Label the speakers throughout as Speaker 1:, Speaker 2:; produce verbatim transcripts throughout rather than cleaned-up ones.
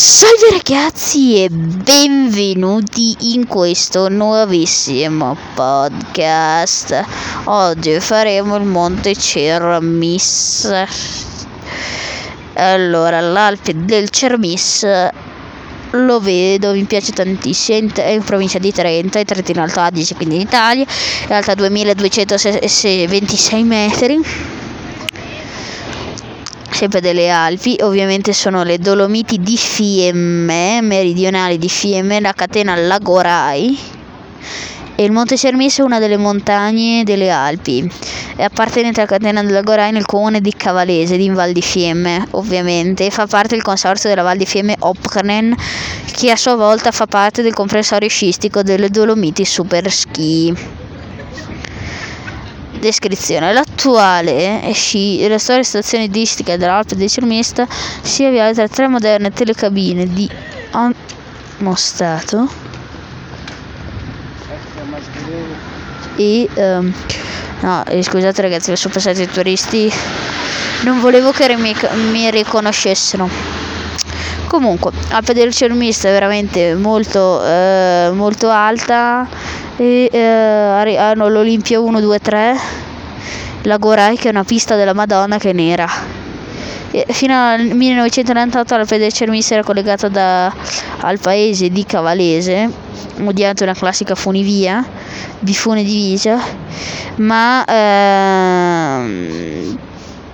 Speaker 1: Salve ragazzi e benvenuti in questo nuovissimo podcast. Oggi faremo il Monte Cermis. Allora, l'Alpe del Cermis lo vedo, mi piace tantissimo, è in provincia di Trento, è Trentino Alto Adige, quindi in Italia, è alta duemiladuecentoventisei metri, sempre delle Alpi. Ovviamente sono le Dolomiti di Fiemme, meridionali di Fiemme, la catena Lagorai, e il Monte Cermis è una delle montagne delle Alpi. È appartenente alla catena del Lagorai nel comune di Cavalese, in Val di Fiemme, ovviamente. Fa parte del consorzio della Val di Fiemme Opknen, che a sua volta fa parte del comprensorio sciistico delle Dolomiti Superski. Descrizione: l'attuale sci, la storia stazione sciistica dell'Alpe del Cermis si avvia tra tre moderne telecabine di mostrato e um, no eh, scusate ragazzi, sono passati i turisti, non volevo che mi, mi riconoscessero. Comunque, Alpe del Cermis è veramente molto eh, molto alta, e eh, hanno l'Olimpia uno, due, tre, Lagorai, che è una pista della Madonna che è nera. E fino al millenovecentonovantotto l'Alpe del Cermis era collegata da, al paese di Cavalese, mediante una classica funivia, bifone divisa, ma ehm,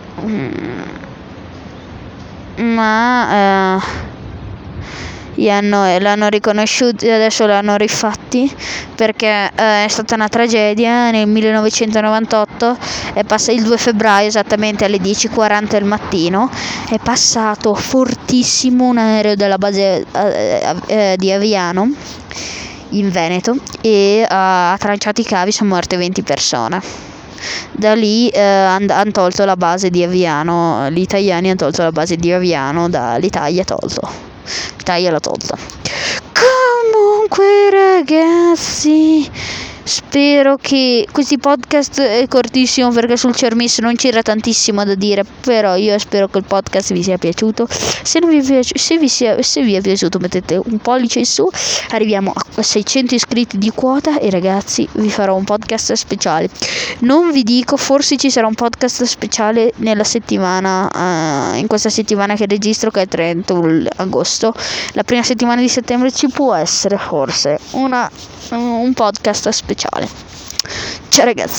Speaker 1: ma eh, hanno, l'hanno riconosciuto e adesso l'hanno rifatti perché eh, è stata una tragedia. Nel millenovecentonovantotto è passato il due febbraio, esattamente alle dieci e quaranta del mattino, è passato fortissimo un aereo della base eh, eh, di Aviano in Veneto e uh, ha tranciato i cavi, sono morte venti persone. Da lì eh, hanno han tolto la base di Aviano, gli italiani hanno tolto la base di Aviano, dall'Italia tolto, l'Italia l'ha tolta. Comunque ragazzi, spero che questi podcast è cortissimo perché sul Cermis non c'era tantissimo da dire, però io spero che il podcast vi sia piaciuto. Se non vi è piaciuto, se vi, sia, se vi è piaciuto mettete un pollice in su. Arriviamo a seicento iscritti di quota e ragazzi vi farò un podcast speciale. Non vi dico, forse ci sarà un podcast speciale nella settimana, uh, in questa settimana che registro, che è trentuno agosto. La prima settimana di settembre ci può essere forse una, un podcast speciale. Ciao ragazzi.